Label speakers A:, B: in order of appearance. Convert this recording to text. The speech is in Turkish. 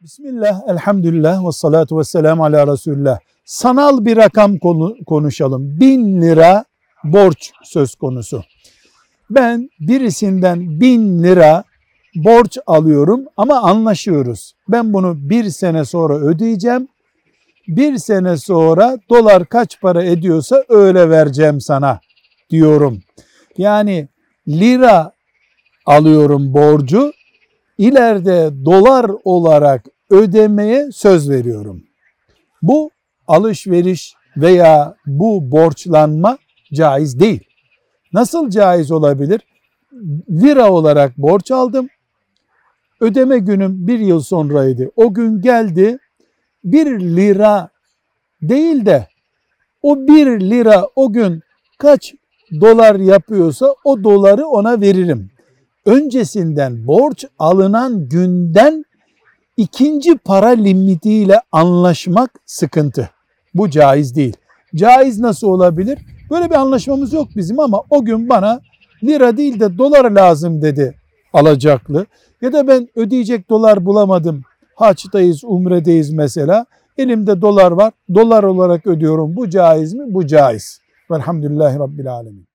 A: Bismillah, elhamdülillah ve salatu ve selamu ala Resulullah. Sanal bir rakam konuşalım. 1000 lira borç söz konusu. Ben birisinden 1000 lira borç alıyorum ama anlaşıyoruz. Ben bunu bir sene sonra ödeyeceğim. Bir sene sonra dolar kaç para ediyorsa öyle vereceğim sana diyorum. Yani lira alıyorum borcu. İleride dolar olarak ödemeye söz veriyorum. Bu alışveriş veya bu borçlanma caiz değil. Nasıl caiz olabilir? Lira olarak borç aldım. Ödeme günüm bir yıl sonraydı. O gün geldi. 1 lira değil de o 1 lira o gün kaç dolar yapıyorsa o doları ona veririm. Öncesinden borç alınan günden ikinci para limitiyle anlaşmak sıkıntı. Bu caiz değil. Caiz nasıl olabilir? Böyle bir anlaşmamız yok bizim ama o gün bana lira değil de dolar lazım dedi alacaklı. Ya da ben ödeyecek dolar bulamadım. Haçtayız, umredeyiz mesela. Elimde dolar var. Dolar olarak ödüyorum. Bu caiz mi? Bu caiz. Velhamdülillahi Rabbil Alemin.